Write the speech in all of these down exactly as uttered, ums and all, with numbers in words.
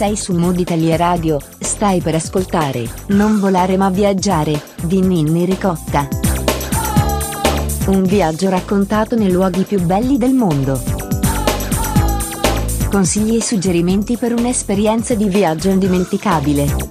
Sei su Mood Italia Radio, stai per ascoltare Non volare ma viaggiare, di Ninni Ricotta. Un viaggio raccontato nei luoghi più belli del mondo. Consigli e suggerimenti per un'esperienza di viaggio indimenticabile.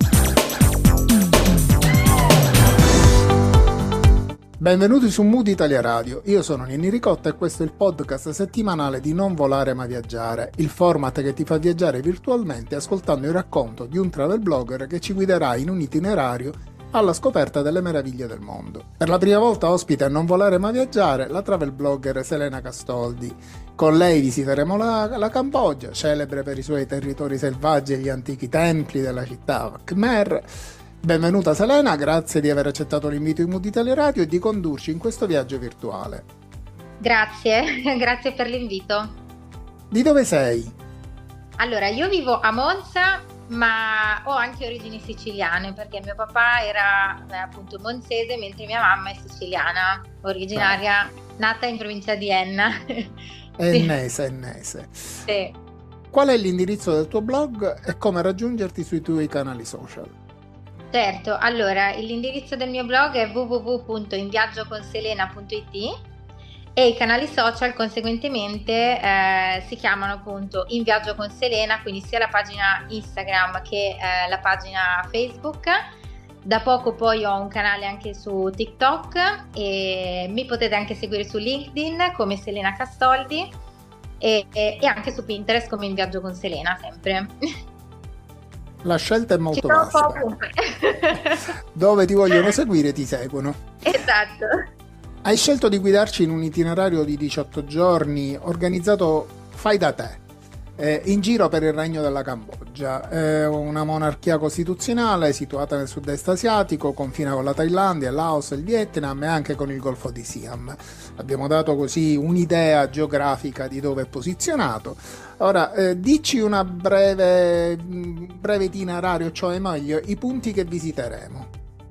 Benvenuti su Mood Italia Radio, io sono Ninni Ricotta e questo è il podcast settimanale di Non volare ma viaggiare, il format che ti fa viaggiare virtualmente ascoltando il racconto di un travel blogger che ci guiderà in un itinerario alla scoperta delle meraviglie del mondo. Per la prima volta ospita a Non volare ma viaggiare la travel blogger Selena Castoldi. Con lei visiteremo la, la Cambogia, celebre per i suoi territori selvaggi e gli antichi templi della città Khmer. Benvenuta Selena, grazie di aver accettato l'invito in Mood Italia Radio e di condurci in questo viaggio virtuale. Grazie, grazie per l'invito. Di dove sei? Allora, io vivo a Monza, ma ho anche origini siciliane perché mio papà era eh, appunto monzese, mentre mia mamma è siciliana, originaria, ah. nata in provincia di Enna. Ennese, ennese. Sì. Qual è l'indirizzo del tuo blog e come raggiungerti sui tuoi canali social? Certo, allora l'indirizzo del mio blog è w w w punto inviaggioconselena punto i t e i canali social conseguentemente eh, si chiamano appunto In Viaggio con Selena, quindi sia la pagina Instagram che eh, la pagina Facebook. Da poco poi ho un canale anche su TikTok e mi potete anche seguire su LinkedIn come Selena Castoldi e, e, e anche su Pinterest come In Viaggio con Selena sempre. La scelta è molto vasta. Dove ti vogliono seguire ti seguono. Esatto. Hai scelto di guidarci in un itinerario di diciotto giorni organizzato fai da te, eh, in giro per il Regno della Cambogia. È una monarchia costituzionale situata nel sud-est asiatico, confina con la Thailandia, il Laos, il Vietnam e anche con il Golfo di Siam. Abbiamo dato così un'idea geografica di dove è posizionato. Ora, eh, dici una breve, breve itinerario, cioè meglio i punti che visiteremo.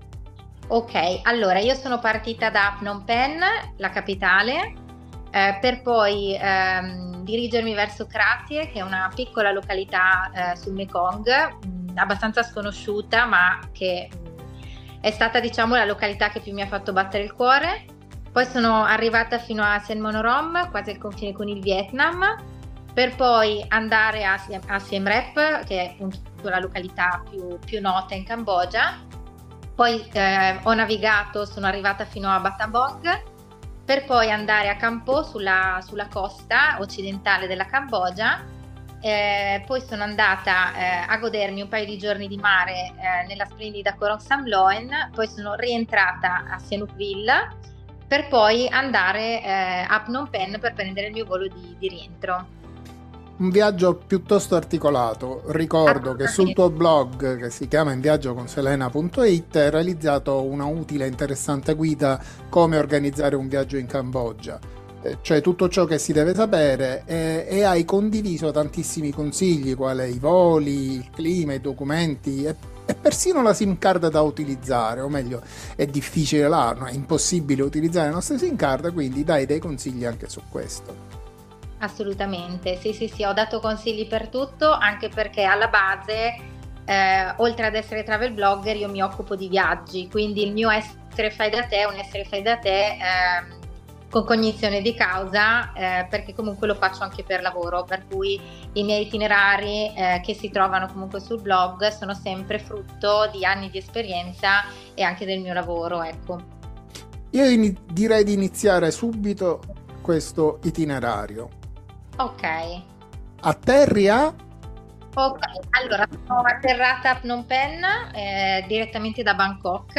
Ok, allora io sono partita da Phnom Penh, la capitale, eh, per poi ehm, dirigermi verso Kratie, che è una piccola località eh, sul Mekong, mh, abbastanza sconosciuta, ma che mh, è stata, diciamo, la località che più mi ha fatto battere il cuore. Poi sono arrivata fino a Sen Monorom, quasi al confine con il Vietnam, per poi andare a, a Siem Reap, che è appunto la località più, più nota in Cambogia. Poi eh, ho navigato, sono arrivata fino a Battambang, per poi andare a Kam Po sulla, sulla costa occidentale della Cambogia. Eh, poi sono andata eh, a godermi un paio di giorni di mare eh, nella splendida Korong Sam Loen, poi sono rientrata a Sihanoukville per poi andare eh, a Phnom Penh per prendere il mio volo di, di rientro. Un viaggio piuttosto articolato. Ricordo che sul tuo blog, che si chiama inviaggioconselena punto it, hai realizzato una utile e interessante guida come organizzare un viaggio in Cambogia, eh, cioè tutto ciò che si deve sapere, eh, e hai condiviso tantissimi consigli, quali i voli, il clima, i documenti e, e persino la SIM card da utilizzare, o meglio, è difficile là, no? È impossibile utilizzare le nostre SIM card, quindi dai dei consigli anche su questo. Assolutamente, sì sì sì, ho dato consigli per tutto, anche perché alla base, eh, oltre ad essere travel blogger, io mi occupo di viaggi, quindi il mio essere fai da te è un essere fai da te eh, con cognizione di causa, eh, perché comunque lo faccio anche per lavoro, per cui i miei itinerari eh, che si trovano comunque sul blog sono sempre frutto di anni di esperienza e anche del mio lavoro, ecco. Io in- direi di iniziare subito questo itinerario. Ok. Atterri a? Ok, allora sono atterrata a Phnom Penh eh, direttamente da Bangkok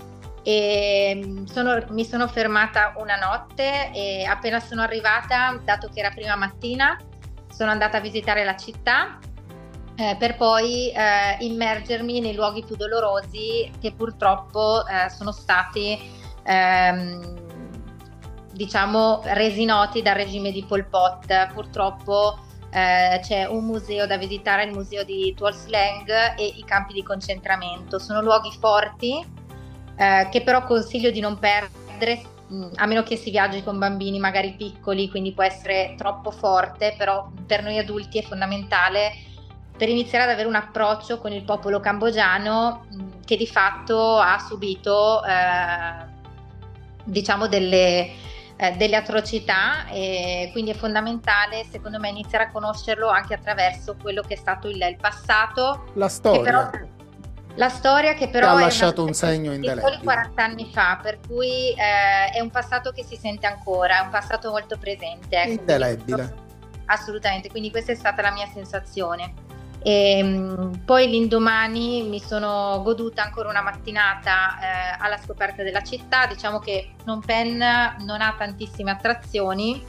e sono, mi sono fermata una notte e appena sono arrivata, dato che era prima mattina, sono andata a visitare la città eh, per poi eh, immergermi nei luoghi più dolorosi che purtroppo eh, sono stati ehm, diciamo resi noti dal regime di Pol Pot. Purtroppo eh, c'è un museo da visitare, il museo di Tuol Sleng e i campi di concentramento. Sono luoghi forti eh, che però consiglio di non perdere, mh, a meno che si viaggi con bambini magari piccoli, quindi può essere troppo forte, però per noi adulti è fondamentale per iniziare ad avere un approccio con il popolo cambogiano mh, che di fatto ha subito eh, diciamo delle, eh, delle atrocità, e quindi è fondamentale secondo me iniziare a conoscerlo anche attraverso quello che è stato il, il passato, La storia. che però, la storia che però ha è lasciato una, un segno di indelebile. soli quaranta anni fa, per cui eh, è un passato che si sente ancora, è un passato molto presente. Ecco, Indelebile. quindi, assolutamente, quindi questa è stata la mia sensazione. E poi l'indomani mi sono goduta ancora una mattinata eh, alla scoperta della città. Diciamo che Phnom Penh non ha tantissime attrazioni,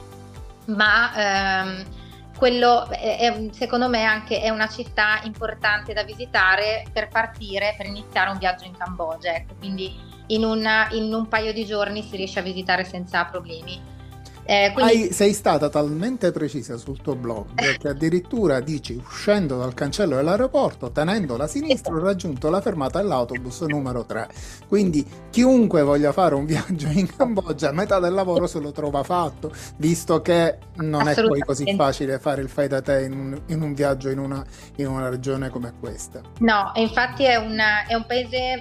ma ehm, quello è, è, secondo me anche è una città importante da visitare per partire, per iniziare un viaggio in Cambogia, ecco. Quindi in, una, in un paio di giorni si riesce a visitare senza problemi. Eh, quindi... Hai, sei stata talmente precisa sul tuo blog che addirittura dici: uscendo dal cancello dell'aeroporto, tenendo la sinistra, ho raggiunto la fermata dell'autobus numero tre. Quindi chiunque voglia fare un viaggio in Cambogia, metà del lavoro se lo trova fatto, visto che non è poi così facile fare il fai da te in un, in un viaggio in una, in una regione come questa. No, infatti è, una, è un paese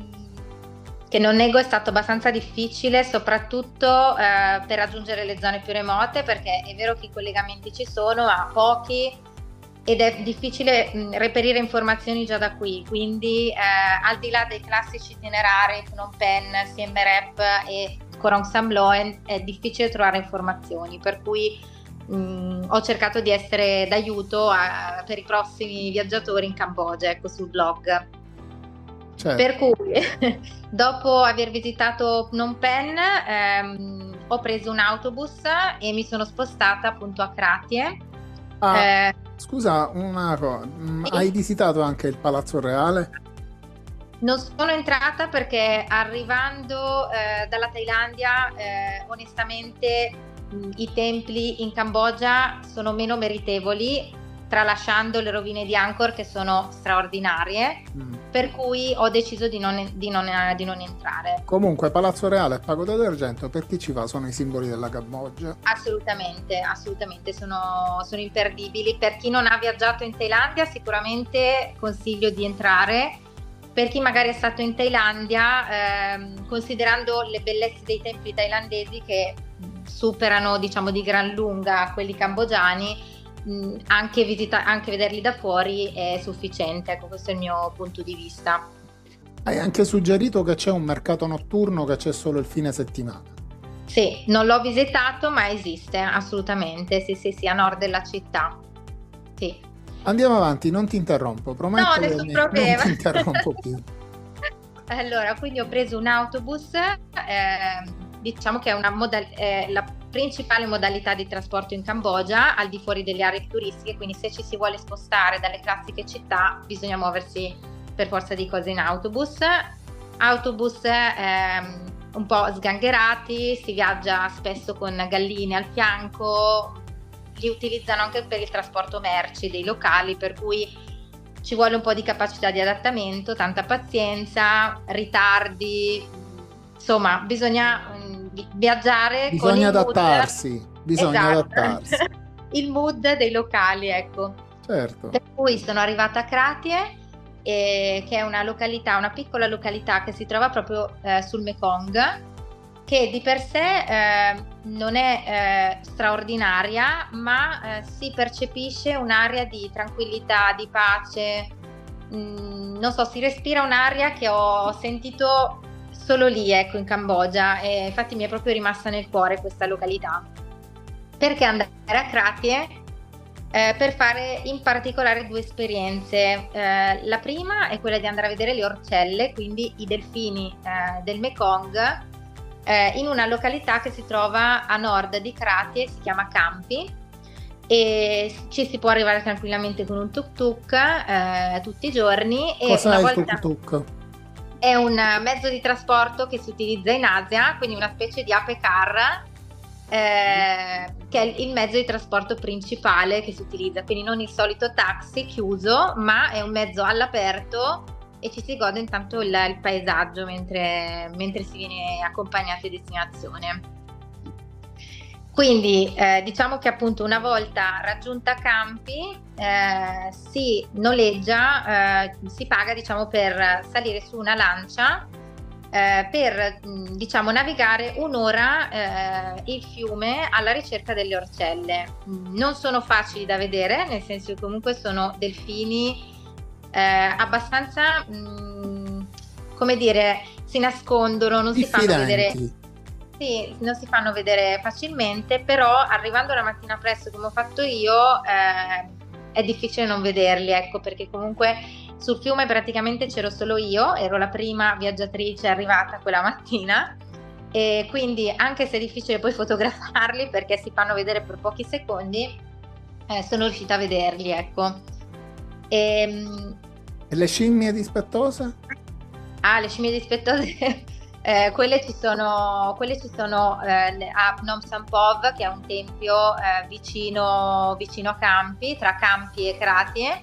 che non nego è stato abbastanza difficile, soprattutto eh, per raggiungere le zone più remote, perché è vero che i collegamenti ci sono, ma pochi, ed è difficile mh, reperire informazioni già da qui. Quindi eh, al di là dei classici itinerari Phnom Penh, Siem Reap e Korong Samloen, è difficile trovare informazioni, per cui mh, ho cercato di essere d'aiuto a, per i prossimi viaggiatori in Cambogia, ecco, sul blog. Certo. Per cui dopo aver visitato Phnom Penh ehm, ho preso un autobus e mi sono spostata appunto a Kratie. Ah, eh, scusa, una cosa, sì. Hai visitato anche il Palazzo Reale? Non sono entrata perché arrivando eh, dalla Thailandia eh, onestamente mh, i templi in Cambogia sono meno meritevoli, tralasciando le rovine di Angkor che sono straordinarie, mm. per cui ho deciso di non, di, non, di non entrare. Comunque Palazzo Reale e Pagoda d'Argento, per chi ci va, sono i simboli della Cambogia. Assolutamente, assolutamente, sono, sono imperdibili. Per chi non ha viaggiato in Thailandia sicuramente consiglio di entrare. Per chi magari è stato in Thailandia, ehm, considerando le bellezze dei templi thailandesi che superano, diciamo, di gran lunga quelli cambogiani, Anche, visita- anche vederli da fuori è sufficiente, ecco, questo è il mio punto di vista. Hai anche suggerito che c'è un mercato notturno che c'è solo il fine settimana. Sì, non l'ho visitato, ma esiste assolutamente, sì sì sì, a nord della città. Sì. Andiamo avanti, non ti interrompo, prometto. No, nessun problema. Non ti interrompo più. Allora, quindi ho preso un autobus, eh, diciamo che è una modal- eh, la principale modalità di trasporto in Cambogia al di fuori delle aree turistiche, quindi se ci si vuole spostare dalle classiche città bisogna muoversi per forza di cose in autobus. Autobus ehm, un po' sgangherati, si viaggia spesso con galline al fianco, li utilizzano anche per il trasporto merci dei locali, per cui ci vuole un po' di capacità di adattamento, tanta pazienza, ritardi, insomma bisogna viaggiare, bisogna con il adattarsi, mood. Bisogna Esatto. adattarsi. Il mood dei locali, ecco. Certo. Per cui sono arrivata a Kratie, eh, che è una località, una piccola località che si trova proprio eh, sul Mekong, che di per sé eh, non è eh, straordinaria, ma eh, si percepisce un'area di tranquillità, di pace. Mm, non so, si respira un'aria che ho sentito solo lì, ecco, in Cambogia, e infatti mi è proprio rimasta nel cuore questa località. Perché andare a Kratie? Eh, per fare in particolare due esperienze. Eh, la prima è quella di andare a vedere le orcelle, quindi i delfini eh, del Mekong, eh, in una località che si trova a nord di Kratie, si chiama Campi, e ci si può arrivare tranquillamente con un tuk tuk eh, tutti i giorni. E Cos'è una il volta... tuk tuk? È un mezzo di trasporto che si utilizza in Asia, quindi una specie di ape car, eh, che è il mezzo di trasporto principale che si utilizza, quindi non il solito taxi chiuso, ma è un mezzo all'aperto e ci si gode intanto il, il paesaggio mentre, mentre si viene accompagnati a destinazione. Quindi eh, diciamo che appunto una volta raggiunta Campi eh, si noleggia, eh, si paga diciamo per salire su una lancia eh, per mh, diciamo navigare un'ora eh, il fiume alla ricerca delle orcelle. Non sono facili da vedere, nel senso che comunque sono delfini eh, abbastanza, mh, come dire, si nascondono, non si fanno vedere. Sì, non si fanno vedere facilmente, però arrivando la mattina presto come ho fatto io eh, è difficile non vederli, ecco, perché comunque sul fiume praticamente c'ero solo io, ero la prima viaggiatrice arrivata quella mattina e quindi anche se è difficile poi fotografarli perché si fanno vedere per pochi secondi, eh, sono riuscita a vederli, ecco. E, e le scimmie dispettose? Ah, le scimmie dispettose... Eh, quelle ci sono, quelle ci sono eh, a Phnom Sampov, che è un tempio eh, vicino, vicino a Campi, tra Campi e Kratie.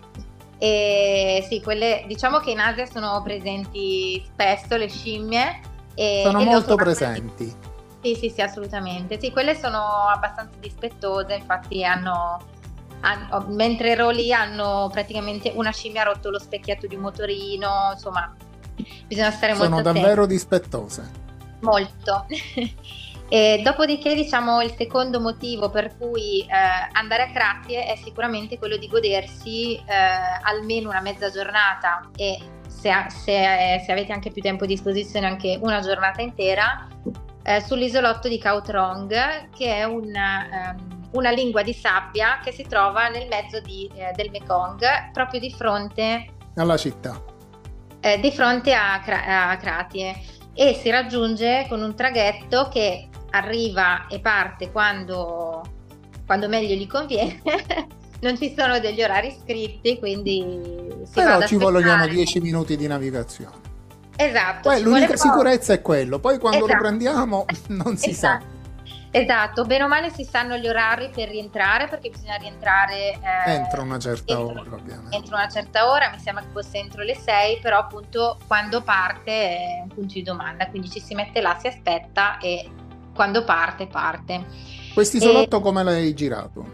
E sì, quelle diciamo che in Asia sono presenti spesso le scimmie. E, sono e molto sono presenti. Sì, sì, sì, assolutamente. Sì, quelle sono abbastanza dispettose, infatti hanno, hanno mentre ero lì hanno praticamente una scimmia ha rotto lo specchietto di un motorino, insomma. Bisogna stare sono molto davvero attenti. dispettose. Molto. E dopodiché diciamo il secondo motivo per cui eh, andare a Kratie è sicuramente quello di godersi eh, almeno una mezza giornata e se, se, se avete anche più tempo a disposizione anche una giornata intera eh, sull'isolotto di Khao Trong, che è un, um, una lingua di sabbia che si trova nel mezzo di, eh, del Mekong, proprio di fronte alla città. Eh, di fronte a, a Kratie, e si raggiunge con un traghetto che arriva e parte quando, quando meglio gli conviene. Non ci sono degli orari scritti, quindi si però va ci vogliono dieci minuti di navigazione. Esatto. Poi l'unica sicurezza po- è quello, poi quando esatto. lo prendiamo non si esatto. sa. Esatto, bene o male si sanno gli orari per rientrare, perché bisogna rientrare eh, entro una certa entro, ora, ovviamente. Entro una certa ora, mi sembra che fosse entro le sei, però appunto quando parte è un punto di domanda, quindi ci si mette là, si aspetta e quando parte, parte. Questo isolotto come l'hai girato?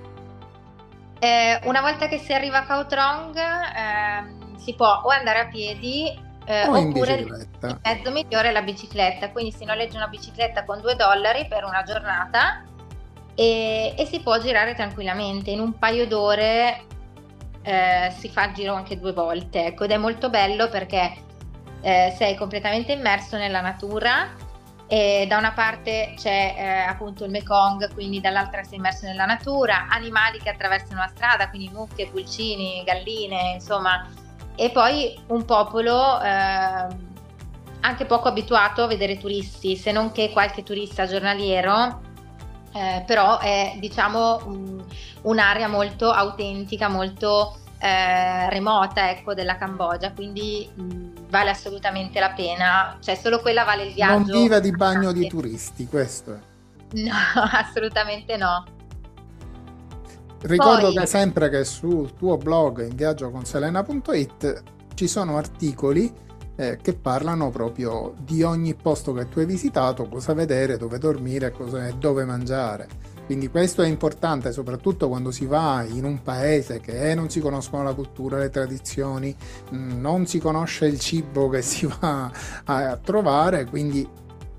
Eh, una volta che si arriva a Khao Trong eh, si può o andare a piedi Eh, o in oppure bicicletta. il mezzo migliore è la bicicletta, quindi si noleggia una bicicletta con due dollari per una giornata e, e si può girare tranquillamente in un paio d'ore. Eh, si fa il giro anche due volte, ecco, ed è molto bello perché eh, sei completamente immerso nella natura e da una parte c'è eh, appunto il Mekong, quindi dall'altra sei immerso nella natura, animali che attraversano la strada, quindi mucche, pulcini, galline, insomma. E poi un popolo eh, anche poco abituato a vedere turisti, se non che qualche turista giornaliero, eh, però è diciamo un, un'area molto autentica, molto eh, remota, ecco, della Cambogia, quindi mh, vale assolutamente la pena, cioè solo quella vale il viaggio. Non vive di bagno di turisti, questo è. No, assolutamente no. Ricordo Poi, che sempre che sul tuo blog in viaggio con selena punto it ci sono articoli eh, che parlano proprio di ogni posto che tu hai visitato, cosa vedere, dove dormire, cosa, dove mangiare. Quindi questo è importante soprattutto quando si va in un paese che non si conoscono la cultura, le tradizioni, mh, non si conosce il cibo che si va a, a trovare, quindi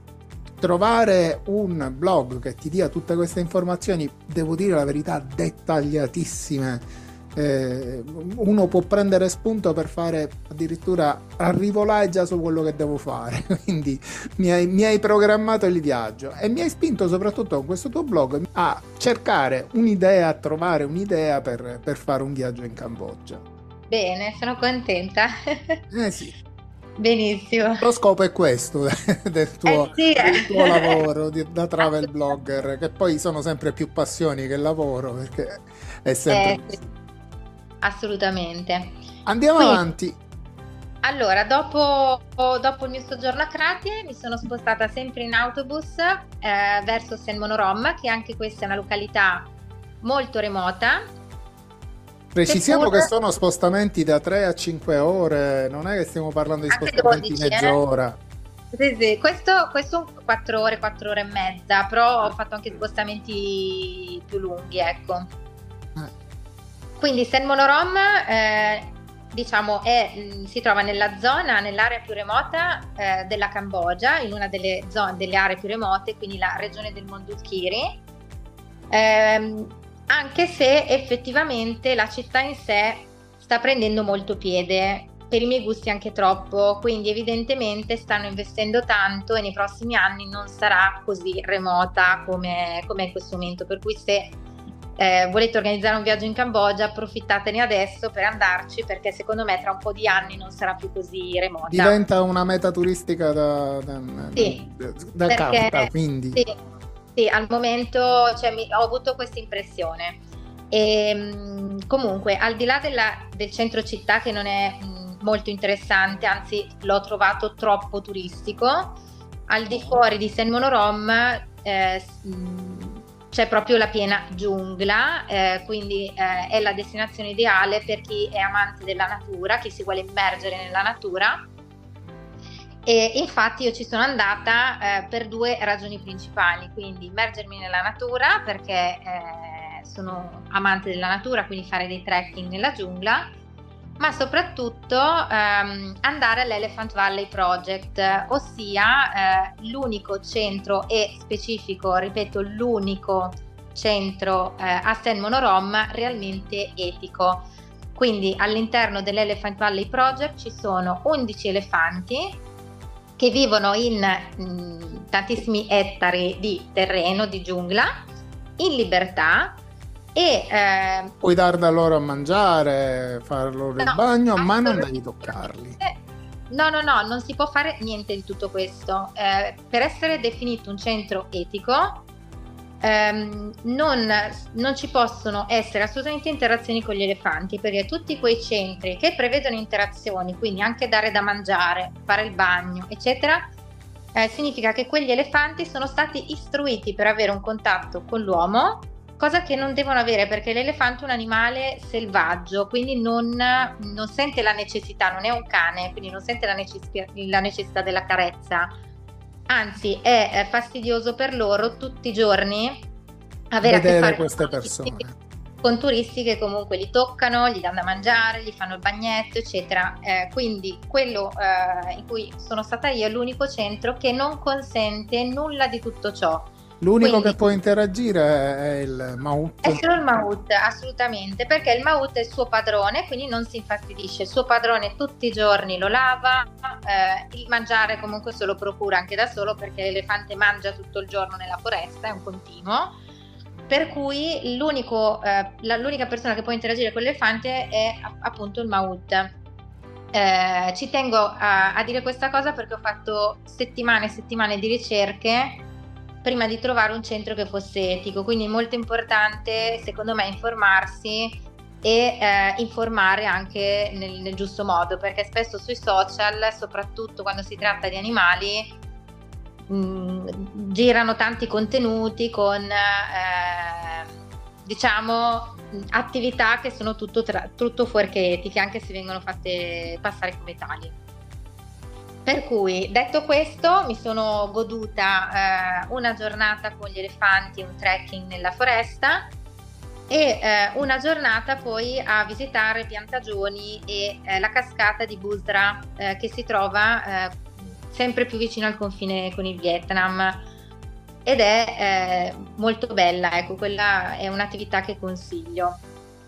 trovare un blog che ti dia tutte queste informazioni, devo dire la verità, dettagliatissime. Eh, uno può prendere spunto per fare addirittura arrivo là e già so quello che devo fare, quindi mi hai, mi hai programmato il viaggio e mi hai spinto soprattutto con questo tuo blog a cercare un'idea, a trovare un'idea per, per fare un viaggio in Cambogia. Bene, sono contenta. Eh sì. Benissimo. Lo scopo è questo del tuo, eh sì, del tuo lavoro di, da travel blogger, che poi sono sempre più passioni che lavoro, perché è sempre eh, sì. Assolutamente. Andiamo Quindi, avanti. Allora, dopo, dopo il mio soggiorno a Kratie mi sono spostata sempre in autobus eh, verso Senmonorom, che anche questa è una località molto remota. Precisiamo Seppur... che sono spostamenti da tre a cinque ore, non è che stiamo parlando di anche spostamenti dodici, mezz'ora. Sì, sì. Questo, questo quattro ore, quattro ore e mezza, però ho fatto anche spostamenti più lunghi, ecco. Eh. Quindi Sen Monorom, eh, diciamo, è, mh, si trova nella zona, nell'area più remota eh, della Cambogia, in una delle zone, delle aree più remote, quindi la regione del Mondulkiri, ehm, anche se effettivamente la città in sé sta prendendo molto piede, per i miei gusti anche troppo, quindi evidentemente stanno investendo tanto e nei prossimi anni non sarà così remota come, come è in questo momento, per cui se eh, volete organizzare un viaggio in Cambogia approfittatene adesso per andarci, perché secondo me tra un po' di anni non sarà più così remota. Diventa una meta turistica da, da, sì, da, da perché, carta, quindi sì, sì, al momento cioè, mi, ho avuto questa impressione. E, comunque, al di là della, del centro città, che non è mh, molto interessante, anzi l'ho trovato troppo turistico, al di fuori di Sen Monorom eh, c'è proprio la piena giungla, eh, quindi eh, è la destinazione ideale per chi è amante della natura, chi si vuole immergere nella natura. E infatti io ci sono andata eh, per due ragioni principali, quindi immergermi nella natura perché eh, sono amante della natura, quindi fare dei trekking nella giungla, ma soprattutto ehm, andare all'Elephant Valley Project, ossia eh, l'unico centro e specifico, ripeto, l'unico centro eh, a Sen Monorom realmente etico. Quindi all'interno dell'Elephant Valley Project ci sono undici elefanti che vivono in mh, tantissimi ettari di terreno, di giungla, in libertà. E eh, puoi dar da loro a mangiare, far loro il no, bagno, ma non devi toccarli. No, no, no, non si può fare niente di tutto questo. Eh, per essere definito un centro etico ehm, non, non ci possono essere assolutamente interazioni con gli elefanti, perché tutti quei centri che prevedono interazioni, quindi anche dare da mangiare, fare il bagno, eccetera, eh, significa che quegli elefanti sono stati istruiti per avere un contatto con l'uomo, cosa che non devono avere, perché l'elefante è un animale selvaggio, quindi non, non sente la necessità, non è un cane, quindi non sente la necessità, la necessità della carezza. Anzi, è, è fastidioso per loro tutti i giorni avere a che vedere fare queste con persone, con turisti che comunque li toccano, gli danno da mangiare, gli fanno il bagnetto, eccetera. Eh, quindi quello eh, in cui sono stata io è l'unico centro che non consente nulla di tutto ciò. l'unico Quindi, che può interagire è il mammut. è solo il mammut, assolutamente, perché il mammut è il suo padrone, quindi non si infastidisce. Il suo padrone tutti i giorni lo lava, eh, il mangiare comunque se lo procura anche da solo, perché l'elefante mangia tutto il giorno nella foresta, è un continuo. Per cui l'unico, eh, la, l'unica persona che può interagire con l'elefante è appunto il mammut. Eh, ci tengo a, a dire questa cosa perché ho fatto settimane e settimane di ricerche prima di trovare un centro che fosse etico, quindi è molto importante secondo me informarsi e eh, informare anche nel, nel giusto modo, perché spesso sui social, soprattutto quando si tratta di animali, mh, girano tanti contenuti con eh, diciamo attività che sono tutto, tra, tutto fuorché etiche, anche se vengono fatte passare come tali. Per cui, detto questo, mi sono goduta eh, una giornata con gli elefanti, un trekking nella foresta e eh, una giornata poi a visitare piantagioni e eh, la cascata di Busra eh, che si trova eh, sempre più vicino al confine con il Vietnam ed è eh, molto bella, ecco, quella è un'attività che consiglio.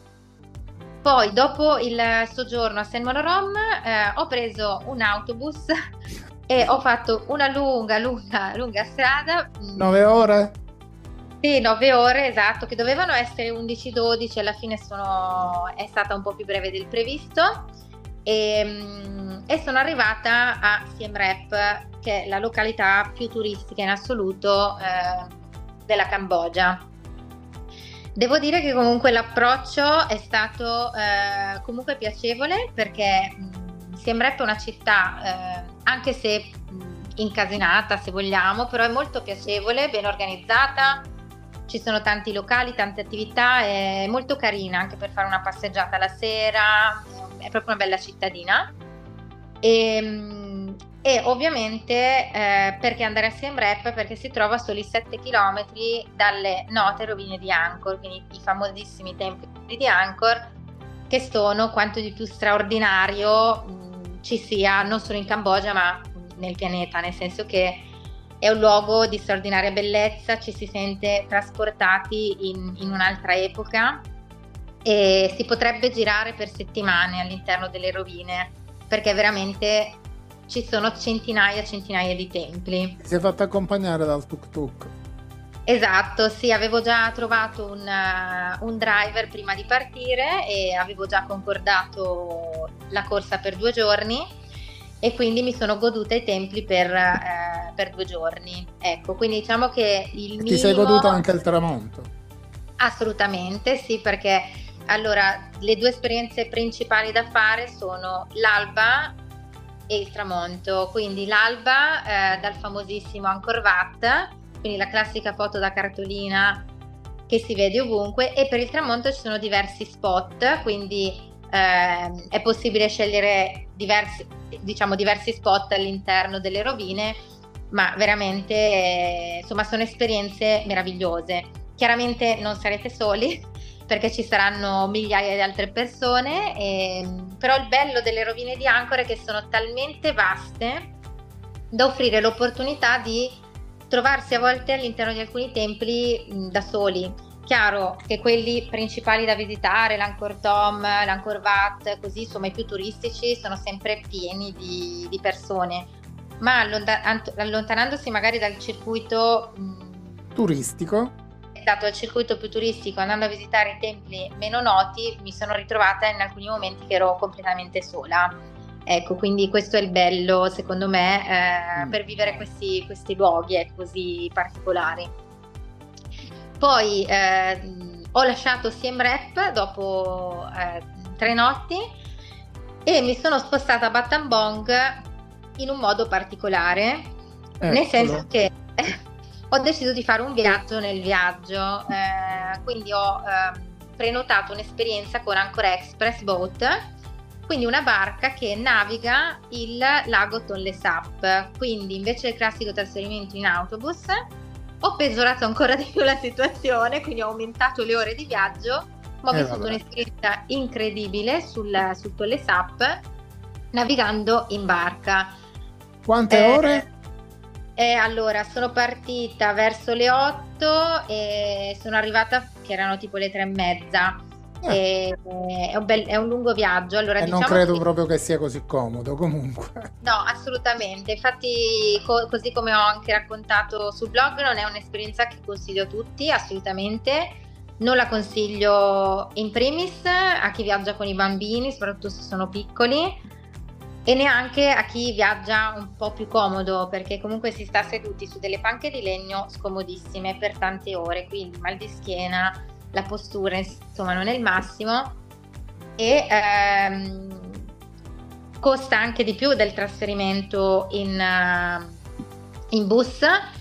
Poi dopo il soggiorno a Sen Monorom eh, ho preso un autobus e ho fatto una lunga lunga lunga strada. Nove ore? Sì, nove ore, esatto, che dovevano essere undici dodici, alla fine sono, è stata un po' più breve del previsto e, e sono arrivata a Siem Reap, che è la località più turistica in assoluto eh, della Cambogia. Devo dire che comunque l'approccio è stato eh, comunque piacevole, perché mh, Siem Reap è una città, eh, anche se mh, incasinata se vogliamo, però è molto piacevole, ben organizzata, ci sono tanti locali, tante attività, è molto carina anche per fare una passeggiata la sera, è proprio una bella cittadina. E, mh, E ovviamente eh, perché andare a Siem Reap? Perché si trova a soli sette chilometri dalle note rovine di Angkor, quindi i famosissimi templi di Angkor, che sono quanto di più straordinario mh, ci sia non solo in Cambogia ma nel pianeta, nel senso che è un luogo di straordinaria bellezza, ci si sente trasportati in, in un'altra epoca e si potrebbe girare per settimane all'interno delle rovine, perché veramente ci sono centinaia e centinaia di templi. Ti sei fatta accompagnare dal tuk tuk? Esatto, sì, avevo già trovato un, uh, un driver prima di partire e avevo già concordato la corsa per due giorni e quindi mi sono goduta i templi per, uh, per due giorni. Ecco, quindi diciamo che il minimo... Ti sei goduta anche il tramonto? Assolutamente, sì, perché allora le due esperienze principali da fare sono l'alba e il tramonto. Quindi l'alba eh, dal famosissimo Angkor Wat, quindi la classica foto da cartolina che si vede ovunque, e per il tramonto ci sono diversi spot, quindi eh, è possibile scegliere diversi, diciamo, diversi spot all'interno delle rovine, ma veramente eh, insomma sono esperienze meravigliose. Chiaramente non sarete soli perché ci saranno migliaia di altre persone, e, però il bello delle rovine di Angkor è che sono talmente vaste da offrire l'opportunità di trovarsi a volte all'interno di alcuni templi mh, da soli. Chiaro che quelli principali da visitare, l'Angkor Thom, l'Angkor Wat, così insomma i più turistici, sono sempre pieni di, di persone, ma allontan- allontanandosi magari dal circuito mh, turistico, dato al circuito più turistico, andando a visitare i templi meno noti, mi sono ritrovata in alcuni momenti che ero completamente sola. Ecco, quindi questo è il bello, secondo me, eh, per vivere questi, questi luoghi eh, così particolari. Poi eh, ho lasciato Siem Reap dopo eh, tre notti e mi sono spostata a Battambang in un modo particolare, Eccolo. nel senso che ho deciso di fare un viaggio nel viaggio, eh, quindi ho eh, prenotato un'esperienza con Angkor Express Boat, quindi una barca che naviga il lago Tonle Sap. Quindi invece del classico trasferimento in autobus ho peggiorato ancora di più la situazione, quindi ho aumentato le ore di viaggio, ma ho eh, vissuto un'esperienza incredibile sul, sul Tonle Sap navigando in barca. Quante eh, ore? Eh, allora, sono partita verso le otto e sono arrivata che erano tipo le tre e mezza. Eh. E, è, un bel, è un lungo viaggio. Allora, e diciamo non credo che... proprio che sia così comodo, comunque. No, assolutamente. Infatti, co- così come ho anche raccontato sul blog, non è un'esperienza che consiglio a tutti, assolutamente. Non la consiglio in primis a chi viaggia con i bambini, soprattutto se sono piccoli, e neanche a chi viaggia un po' più comodo, perché comunque si sta seduti su delle panche di legno scomodissime per tante ore, quindi mal di schiena, la postura insomma non è il massimo, e ehm, costa anche di più del trasferimento in, uh, in bus,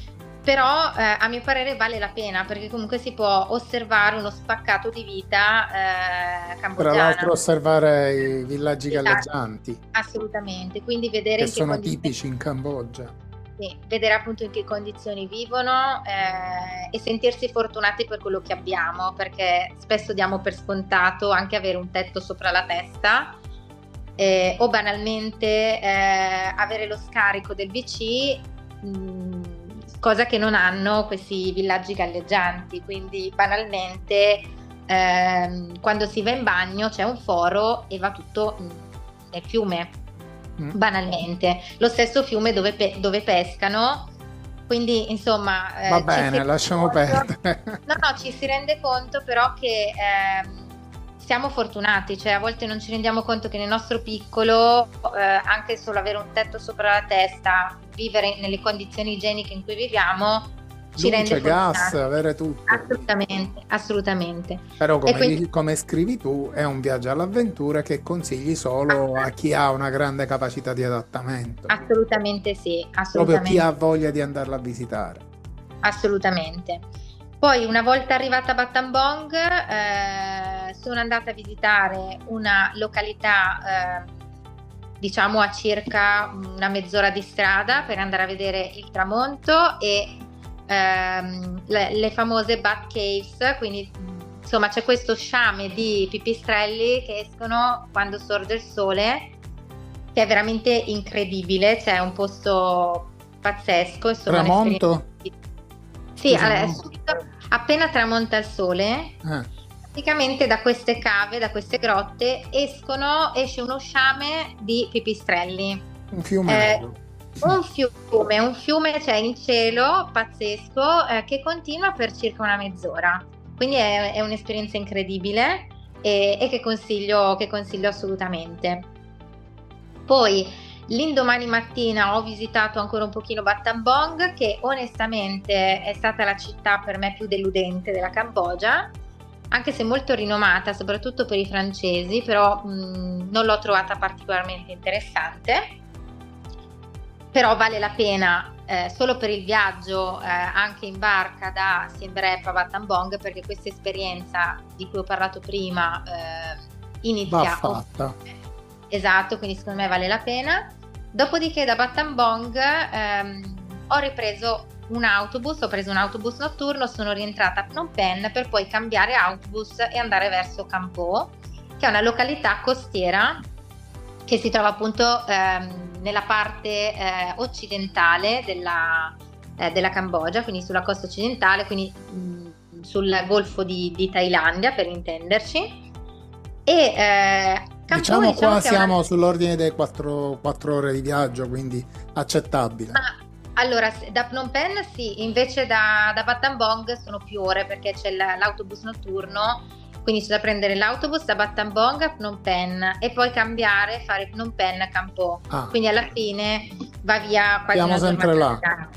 però eh, a mio parere vale la pena, perché comunque si può osservare uno spaccato di vita eh, cambogiana. Tra l'altro osservare i villaggi esatto. galleggianti. Assolutamente, quindi vedere che in che sono condizioni... tipici in Cambogia. Sì, vedere appunto in che condizioni vivono eh, e sentirsi fortunati per quello che abbiamo, perché spesso diamo per scontato anche avere un tetto sopra la testa eh, o banalmente eh, avere lo scarico del V C, mh, cosa che non hanno questi villaggi galleggianti. Quindi banalmente ehm, quando si va in bagno c'è un foro e va tutto nel fiume, mm. banalmente lo stesso fiume dove, pe- dove pescano. Quindi insomma eh, va bene, lasciamo conto, perdere. No, no, ci si rende conto però che ehm, siamo fortunati, cioè a volte non ci rendiamo conto che nel nostro piccolo eh, anche solo avere un tetto sopra la testa, vivere nelle condizioni igieniche in cui viviamo ci luce, rende fortunati. Gas, avere tutto. Assolutamente, assolutamente. Però come, quindi... come scrivi tu è un viaggio all'avventura che consigli solo a chi ha una grande capacità di adattamento. Assolutamente sì, assolutamente. Proprio chi ha voglia di andarla a visitare. Assolutamente. Poi una volta arrivata a Battambang eh, sono andata a visitare una località eh, diciamo a circa una mezz'ora di strada per andare a vedere il tramonto e ehm, le, le famose Bat Caves, quindi insomma c'è questo sciame di pipistrelli che escono quando sorge il sole, che è veramente incredibile, c'è un posto pazzesco. Insomma, tramonto? Sì, allora, subito, appena tramonta il sole, eh. praticamente da queste cave, da queste grotte, escono, esce uno sciame di pipistrelli. Un fiume. Eh, un fiume, un fiume c'è in cielo, pazzesco, eh, che continua per circa una mezz'ora. Quindi è, è un'esperienza incredibile e, e che consiglio, che consiglio assolutamente. Poi l'indomani mattina ho visitato ancora un pochino Battambang, che onestamente è stata la città per me più deludente della Cambogia, anche se molto rinomata, soprattutto per i francesi, però mh, non l'ho trovata particolarmente interessante. Però vale la pena eh, solo per il viaggio eh, anche in barca da Siem Reap a Battambang, perché questa esperienza di cui ho parlato prima eh, inizia. Va fatta. Esatto, quindi secondo me vale la pena. Dopodiché da Battambang ehm, ho ripreso un autobus, ho preso un autobus notturno, sono rientrata a Phnom Penh per poi cambiare autobus e andare verso Kampot, che è una località costiera che si trova appunto ehm, nella parte eh, occidentale della, eh, della Cambogia, quindi sulla costa occidentale, quindi mh, sul golfo di, di Thailandia per intenderci. E eh, Kampot, diciamo, diciamo qua siamo una... sull'ordine delle quattro ore di viaggio, quindi accettabile. Ah, allora, da Phnom Penh sì, invece da, da Battambang sono più ore perché c'è l'autobus notturno, quindi c'è da prendere l'autobus da Battambang a Phnom Penh e poi cambiare, fare Phnom Penh Kampot. Ah. Quindi alla fine va via quasi siamo una sempre là.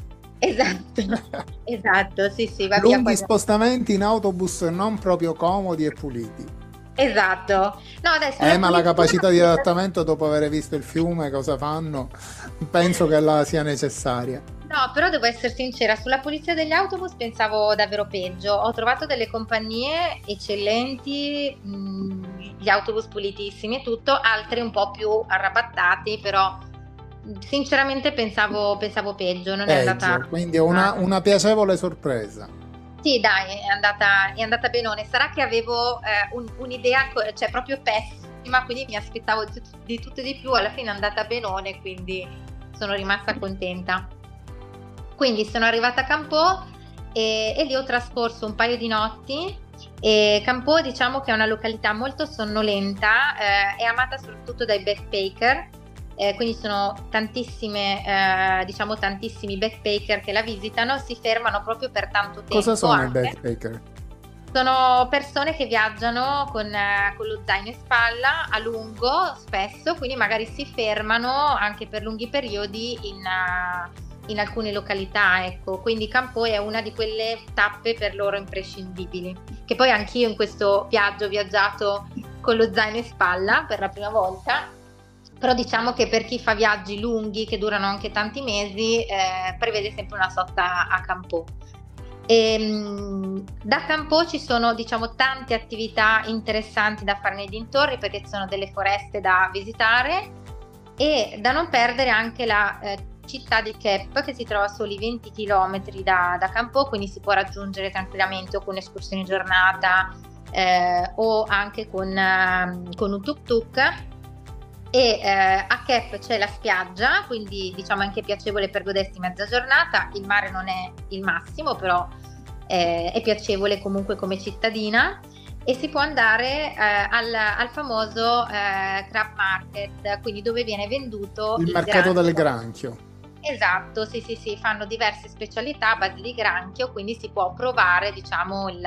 Esatto, esatto, sì sì, va lunghi via quasi... spostamenti in autobus non proprio comodi e puliti. Esatto. No, adesso eh, ma la capacità di adattamento dopo aver visto il fiume, cosa fanno? Penso che la sia necessaria. No, però devo essere sincera, sulla pulizia degli autobus pensavo davvero peggio. Ho trovato delle compagnie eccellenti, mh, gli autobus pulitissimi e tutto, altri un po' più arrabattati, però sinceramente pensavo, pensavo peggio. Non peggio, è andata... Quindi una, una piacevole sorpresa. Sì, dai, è andata, è andata benone. Sarà che avevo eh, un, un'idea, cioè proprio pessima, quindi mi aspettavo di, di tutto e di più. Alla fine è andata benone, quindi sono rimasta contenta. Quindi sono arrivata a Kampot e, e lì ho trascorso un paio di notti. E Kampot, diciamo che è una località molto sonnolenta, eh, è amata soprattutto dai backpacker. Eh, quindi sono tantissime, eh, diciamo tantissimi backpacker che la visitano, si fermano proprio per tanto tempo. Cosa sono anche. i backpacker? Sono persone che viaggiano con, eh, con lo zaino in spalla a lungo spesso, quindi magari si fermano anche per lunghi periodi in, uh, in alcune località, ecco. Quindi Kampot è una di quelle tappe per loro imprescindibili, che poi anch'io in questo viaggio ho viaggiato con lo zaino in spalla per la prima volta. Però diciamo che per chi fa viaggi lunghi che durano anche tanti mesi eh, prevede sempre una sosta a Kampot. E, mh, da Kampot ci sono, diciamo, tante attività interessanti da fare nei dintorni, perché ci sono delle foreste da visitare e da non perdere anche la eh, città di Kep, che si trova a soli venti chilometri da, da Kampot, quindi si può raggiungere tranquillamente o con escursioni giornata eh, o anche con, eh, con un tuk tuk. E eh, a Kep c'è la spiaggia, quindi diciamo anche piacevole per godersi mezza giornata. Il mare non è il massimo, però eh, è piacevole comunque come cittadina, e si può andare eh, al, al famoso eh, crab market, quindi dove viene venduto il, il mercato granchio. del granchio. Esatto, sì sì sì, fanno diverse specialità a base di granchio, quindi si può provare, diciamo, il,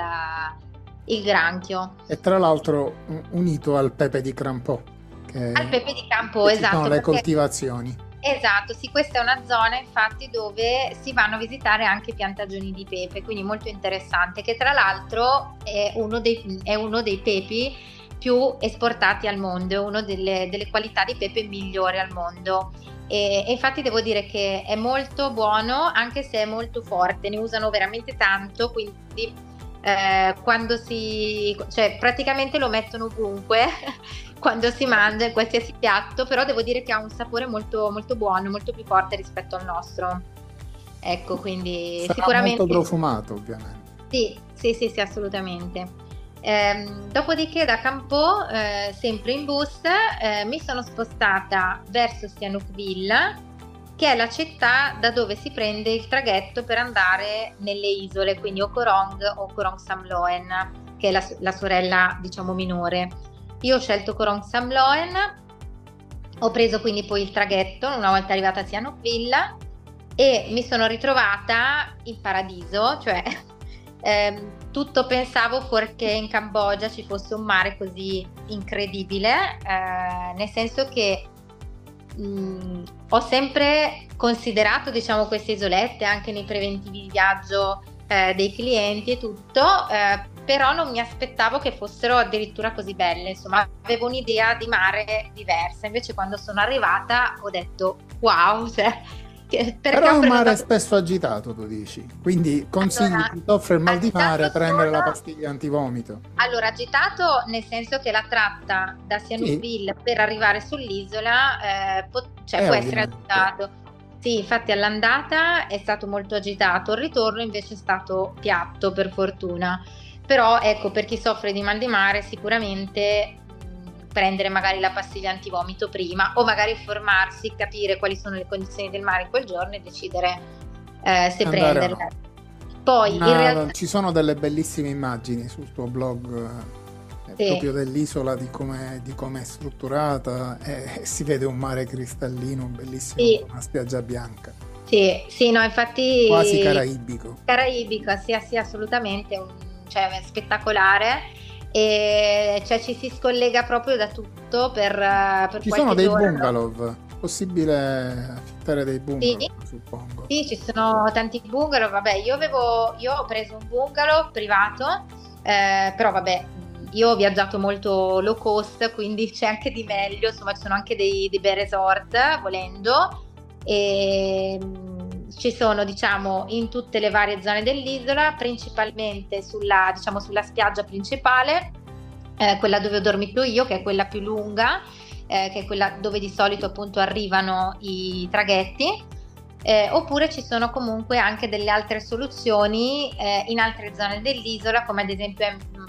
il granchio. E tra l'altro unito al pepe di Kampot. Al pepe di Kampot, esatto. Sono le coltivazioni. Esatto, sì, questa è una zona infatti dove si vanno a visitare anche piantagioni di pepe, quindi molto interessante, che tra l'altro è uno dei, è uno dei pepi più esportati al mondo, è una delle, delle qualità di pepe migliori al mondo. E, e infatti devo dire che è molto buono, anche se è molto forte, ne usano veramente tanto, quindi eh, quando si, cioè praticamente lo mettono ovunque quando si mangia in qualsiasi piatto, però devo dire che ha un sapore molto, molto buono, molto più forte rispetto al nostro. Ecco, quindi sarà sicuramente molto profumato, ovviamente. sì, sì, sì, sì, assolutamente. Ehm, dopodiché da Campò, eh, sempre in bus, eh, mi sono spostata verso Sihanoukville, che è la città da dove si prende il traghetto per andare nelle isole, quindi o Korong o Korong Samloen, che è la, la sorella, diciamo, minore. Io ho scelto Korong Samloen, ho preso quindi poi il traghetto una volta arrivata a Sihanoukville e mi sono ritrovata in paradiso, cioè ehm, tutto pensavo fuorché in Cambogia ci fosse un mare così incredibile, eh, nel senso che mh, ho sempre considerato, diciamo, queste isolette anche nei preventivi di viaggio eh, dei clienti e tutto, eh, però non mi aspettavo che fossero addirittura così belle, insomma avevo un'idea di mare diversa, invece quando sono arrivata ho detto wow, cioè, che, però è un prenotato... mare spesso agitato, tu dici, quindi consigli, allora, chi soffre il mal di mare, prendere sono... la pastiglia antivomito. Allora, agitato nel senso che la tratta da Sihanoukville sì. per arrivare sull'isola eh, po- cioè, può ovviamente. essere agitato. Sì, infatti all'andata è stato molto agitato, il ritorno invece è stato piatto, per fortuna. Però ecco, per chi soffre di mal di mare sicuramente mh, prendere magari la pastiglia antivomito prima, o magari informarsi, capire quali sono le condizioni del mare in quel giorno e decidere eh, se Andare prenderla. No. Poi Una, in realtà ci sono delle bellissime immagini sul tuo blog eh, sì. proprio dell'isola, di come di come è strutturata, e si vede un mare cristallino bellissimo, sì. una spiaggia bianca. Sì, sì, no, infatti quasi caraibico. Caraibico, sì, sì, assolutamente, un, cioè è spettacolare, e cioè ci si scollega proprio da tutto per, per ci qualche sono dei giorno. Bungalow, possibile affittare dei bungalow, sì. suppongo. Sì, ci sono tanti bungalow, vabbè, io avevo io ho preso un bungalow privato, eh, però vabbè, io ho viaggiato molto low cost, quindi c'è anche di meglio, insomma ci sono anche dei, dei bei resort volendo, e ci sono, diciamo, in tutte le varie zone dell'isola, principalmente sulla, diciamo, sulla spiaggia principale, eh, quella dove ho dormito io, che è quella più lunga, eh, che è quella dove di solito appunto arrivano i traghetti, eh, oppure ci sono comunque anche delle altre soluzioni eh, in altre zone dell'isola, come ad esempio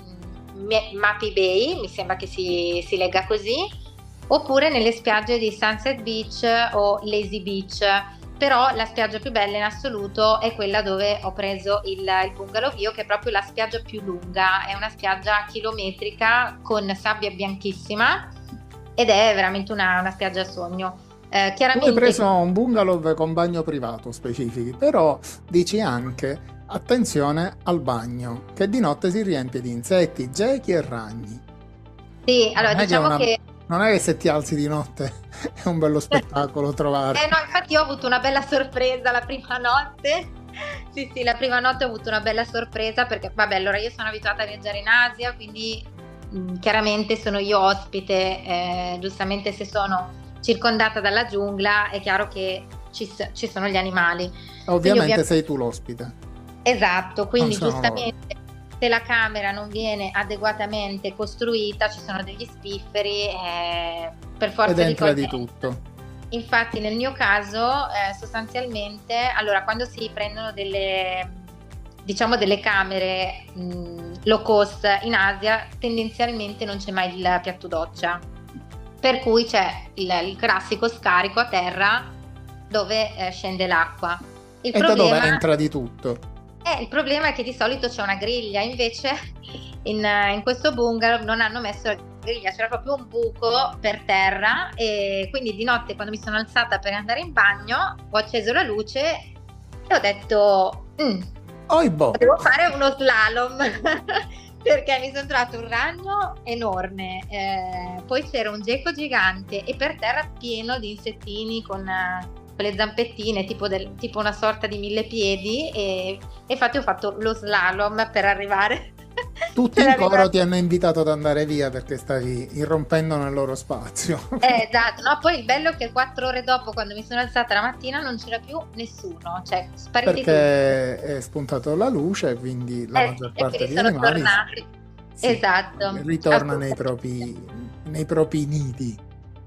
mm, Mapi Bay, mi sembra che si, si legga così, oppure nelle spiagge di Sunset Beach o Lazy Beach. Però la spiaggia più bella in assoluto è quella dove ho preso il, il bungalow io, che è proprio la spiaggia più lunga, è una spiaggia chilometrica con sabbia bianchissima ed è veramente una, una spiaggia a sogno. Eh, chiaramente... Tu hai preso un bungalow con bagno privato specifici, però dici anche attenzione al bagno, che di notte si riempie di insetti, gechi e ragni. Sì, allora non diciamo è che, una... che... Non è che se ti alzi di notte è un bello spettacolo trovare. Eh no, infatti ho avuto una bella sorpresa la prima notte. Sì, sì, la prima notte ho avuto una bella sorpresa perché, vabbè, allora io sono abituata a viaggiare in Asia, quindi mh, chiaramente sono io ospite, eh, giustamente se sono circondata dalla giungla è chiaro che ci, ci sono gli animali. Ovviamente ovvia... sei tu l'ospite. Esatto, quindi giustamente... loro. Se la camera non viene adeguatamente costruita, ci sono degli spifferi, eh, per forza Ed entra di, di tutto. Infatti nel mio caso eh, sostanzialmente, allora quando si prendono delle, diciamo delle camere mh, low cost in Asia, tendenzialmente non c'è mai il piatto doccia, per cui c'è il, il classico scarico a terra dove eh, scende l'acqua. Il e problema... da dove entra di tutto? Eh, il problema è che di solito c'è una griglia, invece in, in questo bungalow non hanno messo la griglia, c'era proprio un buco per terra, e quindi di notte quando mi sono alzata per andare in bagno ho acceso la luce e ho detto mm, Oibo. devo fare uno slalom perché mi sono trovato un ragno enorme, eh, poi c'era un geco gigante e per terra pieno di insettini con... le zampettine, tipo, del, tipo una sorta di mille piedi, e, e infatti ho fatto lo slalom per arrivare Tutti in coro ti hanno invitato ad andare via perché stavi irrompendo nel loro spazio. Eh, esatto, no, poi il bello è che quattro ore dopo, quando mi sono alzata la mattina, non c'era più nessuno, cioè spariti perché tutti. è spuntato la luce, quindi la Eh, maggior e parte quindi degli sono animali tornati. sì, Esatto. ritorna nei Assolutamente. propri, nei propri nidi.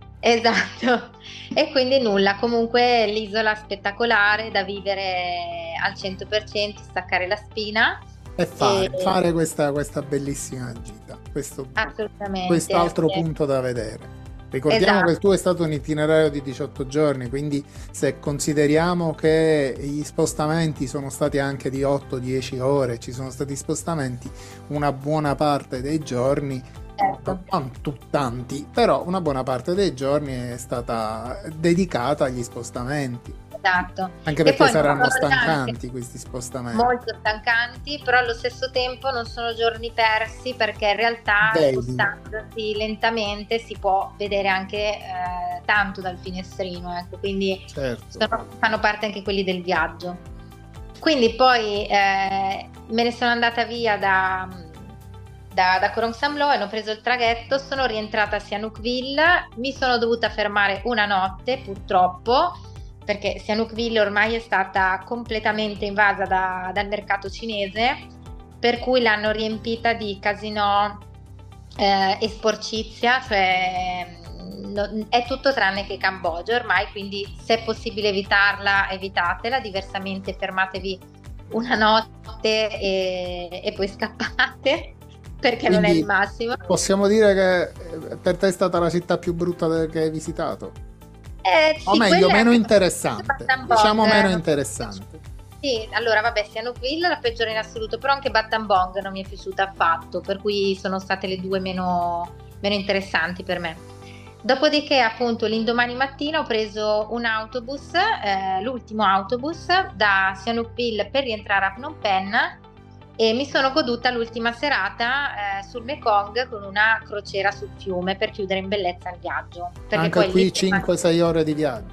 Esatto, e quindi nulla, comunque l'isola spettacolare da vivere al cento per cento, staccare la spina. E fare, E... fare questa, questa bellissima gita, questo, Assolutamente. quest'altro Eh, punto da vedere. Ricordiamo esatto. che il tuo è stato un itinerario di diciotto giorni, quindi se consideriamo che gli spostamenti sono stati anche di otto dieci ore, ci sono stati spostamenti, una buona parte dei giorni, Certo. non tu- tanti, però una buona parte dei giorni è stata dedicata agli spostamenti. Esatto. Anche E perché poi non saranno sono neanche stancanti questi spostamenti. molto stancanti, però allo stesso tempo non sono giorni persi, perché in realtà Vedi. spostandosi lentamente si può vedere anche eh, tanto dal finestrino, ecco, quindi Certo. sono- fanno parte anche quelli del viaggio. Quindi poi eh, me ne sono andata via da, da, da Khorong Samloen, ho preso il traghetto, sono rientrata a Sihanoukville, mi sono dovuta fermare una notte purtroppo, perché Sihanoukville ormai è stata completamente invasa da- dal mercato cinese, per cui l'hanno riempita di casinò eh, e sporcizia, cioè no- è tutto tranne che Cambogia ormai, quindi se è possibile evitarla, evitatela, diversamente fermatevi una notte e, e poi scappate, perché non è Quindi il massimo. possiamo dire che eh, per te è stata la città più brutta de- che hai visitato? Eh, O sì, meglio, quella è meno anche- interessante. Battambang, Diciamo meno eh, interessante. Sì, allora vabbè, Sihanoukville la peggiore in assoluto, però anche Battambang non mi è piaciuta affatto, per cui sono state le due meno, meno interessanti per me. Dopodiché, appunto, l'indomani mattina ho preso un autobus, eh, l'ultimo autobus da Sihanoukville per rientrare a Phnom Penh, e mi sono goduta l'ultima serata eh, sul Mekong con una crociera sul fiume per chiudere in bellezza il viaggio. Perché Anche poi qui lì- cinque sei ore di viaggio.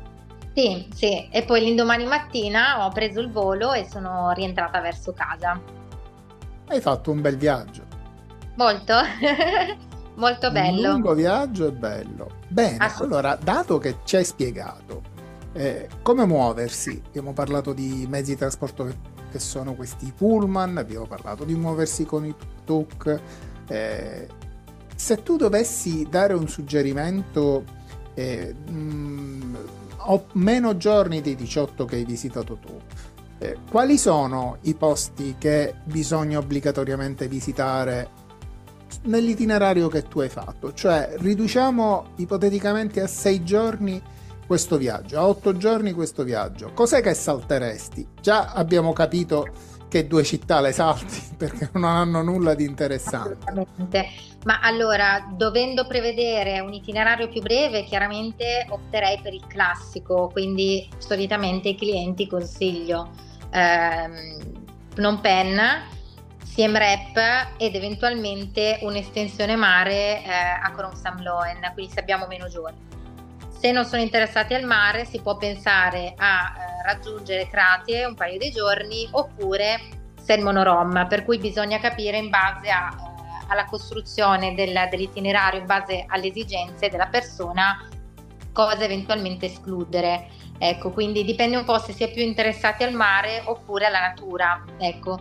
Sì, sì, e poi l'indomani mattina ho preso il volo e sono rientrata verso casa. Hai fatto un bel viaggio. Molto, molto Un bello. lungo viaggio e bello. Bene, Assolutamente. allora, dato che ci hai spiegato eh, come muoversi, abbiamo parlato di mezzi di trasporto che, che sono questi pullman, abbiamo parlato di muoversi con i tuk-tuk. eh, se tu dovessi dare un suggerimento, eh, mh, ho meno giorni dei diciotto che hai visitato tu, eh, quali sono i posti che bisogna obbligatoriamente visitare nell'itinerario che tu hai fatto? Cioè, riduciamo ipoteticamente a sei giorni questo viaggio, a otto giorni questo viaggio. Cos'è che salteresti? Già abbiamo capito che due città le salti perché non hanno nulla di interessante. Assolutamente. Ma allora, dovendo prevedere un itinerario più breve, chiaramente opterei per il classico, quindi solitamente ai clienti consiglio ehm, Phnom Penh, Siem Reap ed eventualmente un'estensione mare eh, a Khorong Samloen, quindi se abbiamo meno giorni. Se non sono interessati al mare, si può pensare a eh, raggiungere Kratie un paio di giorni, oppure Sen Monorom, per cui bisogna capire in base a, eh, alla costruzione del, dell'itinerario, in base alle esigenze della persona, cosa eventualmente escludere. Ecco, quindi dipende un po' se si è più interessati al mare oppure alla natura. Ecco,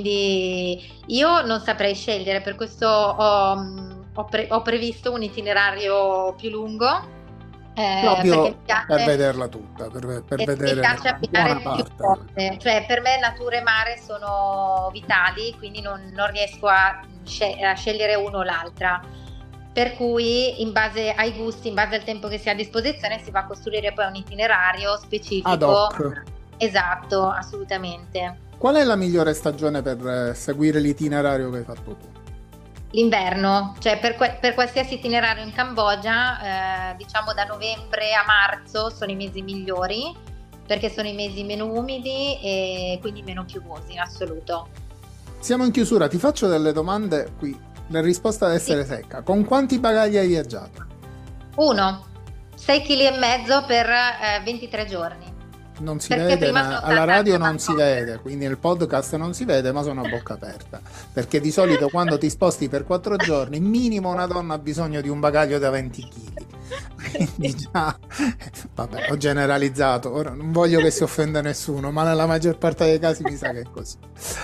quindi io non saprei scegliere, per questo ho, ho, pre- ho previsto un itinerario più lungo. Eh, Proprio perché mi piace, per vederla tutta, per, per e vedere mi piace buona abbinare più parte. cose, cioè per me natura e mare sono vitali, quindi non, non riesco a, sce- a scegliere uno o l'altra, per cui in base ai gusti, in base al tempo che si ha a disposizione, si va a costruire poi un itinerario specifico. Ad hoc. Esatto, assolutamente. Qual è la migliore stagione per eh, seguire l'itinerario che hai fatto tu? L'inverno, cioè per, que- per qualsiasi itinerario in Cambogia, eh, diciamo da novembre a marzo sono i mesi migliori, perché sono i mesi meno umidi e quindi meno piovosi in assoluto. Siamo in chiusura, ti faccio delle domande qui, la risposta deve essere Sì. secca. Con quanti bagagli hai viaggiato? Uno, sei chili e mezzo per eh, ventitré giorni. non si Perché vede, prima ma sono alla stata radio anche non si Bangkok. vede, quindi nel podcast non si vede, ma sono a bocca aperta. Perché di solito quando ti sposti per quattro giorni, minimo una donna ha bisogno di un bagaglio da venti chili. Quindi già, vabbè, ho generalizzato, ora non voglio che si offenda nessuno, ma nella maggior parte dei casi mi sa che è così.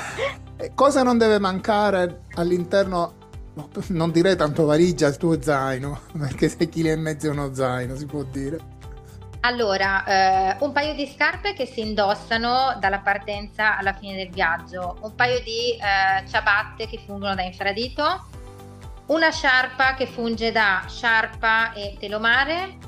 E cosa non deve mancare all'interno, non direi tanto valigia, il tuo zaino, perché sei chili e mezzo uno zaino, si può dire. Allora, eh, un paio di scarpe che si indossano dalla partenza alla fine del viaggio, un paio di eh, ciabatte che fungono da infradito, una sciarpa che funge da sciarpa e telomare,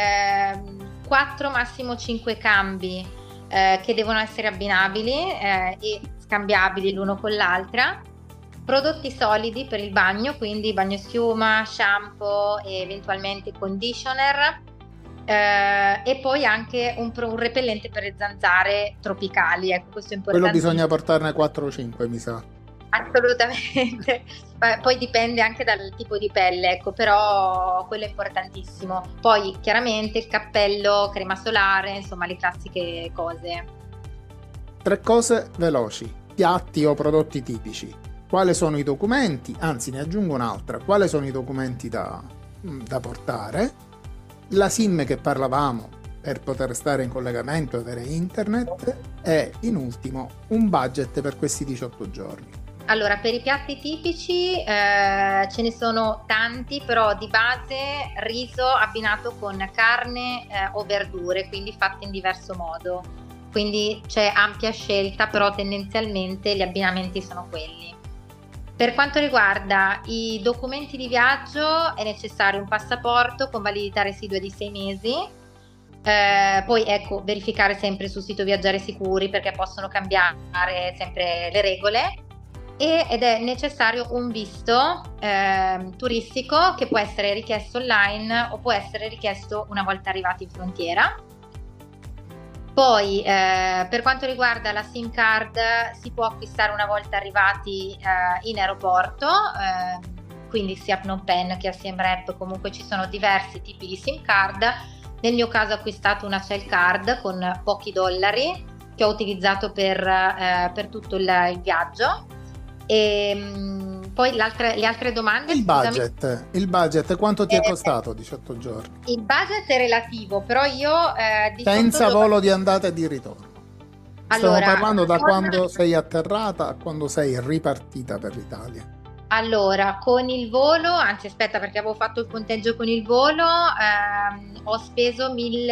ehm, quattro massimo cinque cambi eh, che devono essere abbinabili eh, e scambiabili l'uno con l'altra, prodotti solidi per il bagno, quindi bagnoschiuma, shampoo e eventualmente conditioner. Eh, e poi anche un, un repellente per le zanzare tropicali, ecco, questo è Quello importantissimo. bisogna portarne quattro o cinque, mi sa. Assolutamente. Poi dipende anche dal tipo di pelle, ecco, però quello è importantissimo. Poi chiaramente il cappello, crema solare, insomma le classiche cose. Tre cose veloci: piatti o prodotti tipici. Quali sono i documenti? Anzi, ne aggiungo un'altra. Quali sono i documenti da, da portare? La SIM che parlavamo per poter stare in collegamento e avere internet, e in ultimo un budget per questi diciotto giorni. Allora, per i piatti tipici eh, ce ne sono tanti, però di base riso abbinato con carne eh, o verdure, quindi fatte in diverso modo. Quindi c'è ampia scelta, però tendenzialmente gli abbinamenti sono quelli. Per quanto riguarda i documenti di viaggio è necessario un passaporto con validità residua di sei mesi, eh, poi ecco, verificare sempre sul sito Viaggiare Sicuri perché possono cambiare sempre le regole, e, ed è necessario un visto eh, turistico che può essere richiesto online o può essere richiesto una volta arrivati in frontiera. Poi eh, per quanto riguarda la SIM card si può acquistare una volta arrivati eh, in aeroporto, eh, quindi sia a Phnom Penh che a Siem Reap, comunque ci sono diversi tipi di SIM card. Nel mio caso ho acquistato una Shell card con pochi dollari che ho utilizzato per, eh, per tutto il, il viaggio. E mh, poi le altre domande. Il budget, il budget quanto ti è costato diciotto giorni? Il budget è relativo, però io eh, senza volo di andata e di ritorno. Stiamo allora, parlando da con... quando sei atterrata a quando sei ripartita per l'Italia. Allora, con il volo, anzi aspetta perché avevo fatto il conteggio con il volo, ehm, ho speso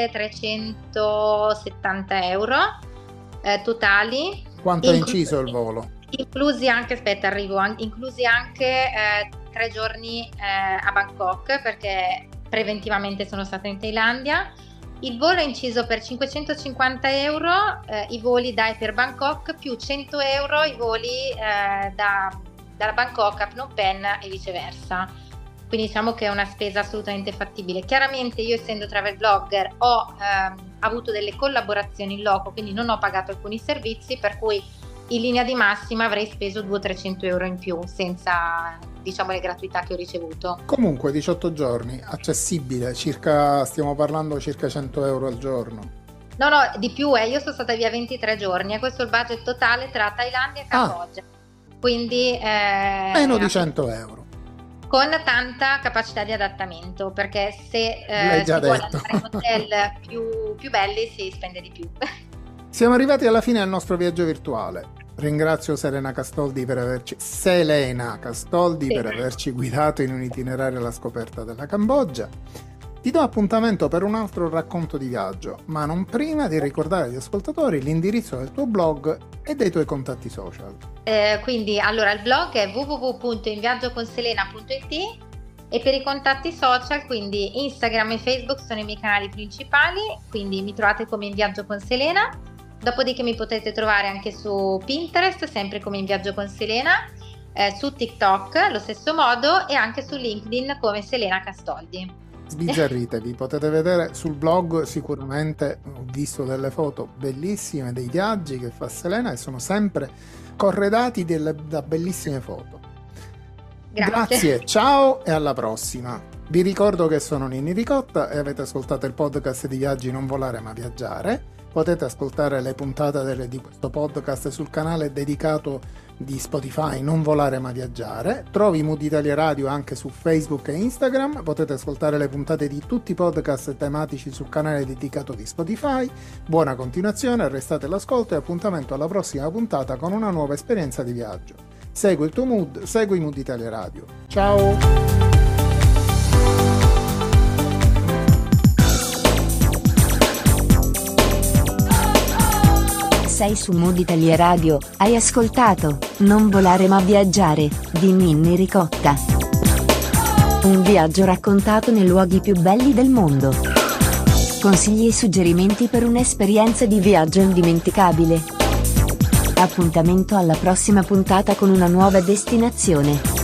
milletrecentosettanta euro eh, totali. Quanto è inciso il volo? Inclusi anche, aspetta arrivo, inclusi anche eh, tre giorni eh, a Bangkok perché preventivamente sono stata in Thailandia. Il volo è inciso per cinquecentocinquanta euro eh, i voli da e per Bangkok, più cento euro i voli eh, da, da Bangkok a Phnom Penh e viceversa. Quindi diciamo che è una spesa assolutamente fattibile. Chiaramente io, essendo travel blogger, ho ehm, avuto delle collaborazioni in loco, quindi non ho pagato alcuni servizi, per cui in linea di massima avrei speso duecento trecento euro in più senza, diciamo, le gratuità che ho ricevuto. Comunque diciotto giorni, accessibile, circa, stiamo parlando circa cento euro al giorno. No, no, di più, eh. Io sono stata via ventitré giorni e questo è il budget totale tra Thailandia e Cambogia. Ah. Quindi eh, meno di cento euro. Con tanta capacità di adattamento, perché se eh, si detto. vuole andare in hotel più, più belli si spende di più. Siamo arrivati alla fine del nostro viaggio virtuale. Ringrazio Selena Castoldi per averci Selena Castoldi sì. per averci guidato in un itinerario alla scoperta della Cambogia. Ti do appuntamento per un altro racconto di viaggio, ma non prima di ricordare agli ascoltatori l'indirizzo del tuo blog e dei tuoi contatti social. Eh, quindi allora il blog è w w w punto inviaggiaconselena punto i t e per i contatti social, quindi Instagram e Facebook sono i miei canali principali, quindi mi trovate come In Viaggio con Selena. Dopodiché mi potete trovare anche su Pinterest, sempre come In Viaggio con Selena, eh, su TikTok lo stesso modo e anche su LinkedIn come Selena Castoldi. Sbizzarritevi, potete vedere sul blog, sicuramente ho visto delle foto bellissime dei viaggi che fa Selena e sono sempre corredati delle, da bellissime foto. Grazie. Grazie, ciao e alla prossima. Vi ricordo che sono Ninni Ricotta e avete ascoltato il podcast di Viaggi Non Volare Ma Viaggiare. Potete ascoltare le puntate delle, di questo podcast sul canale dedicato di Spotify Non Volare Ma Viaggiare. Trovi Mood Italia Radio anche su Facebook e Instagram. Potete ascoltare le puntate di tutti i podcast tematici sul canale dedicato di Spotify. Buona continuazione, restate all'ascolto e appuntamento alla prossima puntata con una nuova esperienza di viaggio. Segui il tuo mood, segui Mood Italia Radio. Ciao! Sei su Mood Italia Radio, hai ascoltato Non volare ma viaggiare, di Ninni Ricotta. Un viaggio raccontato nei luoghi più belli del mondo. Consigli e suggerimenti per un'esperienza di viaggio indimenticabile. Appuntamento alla prossima puntata con una nuova destinazione.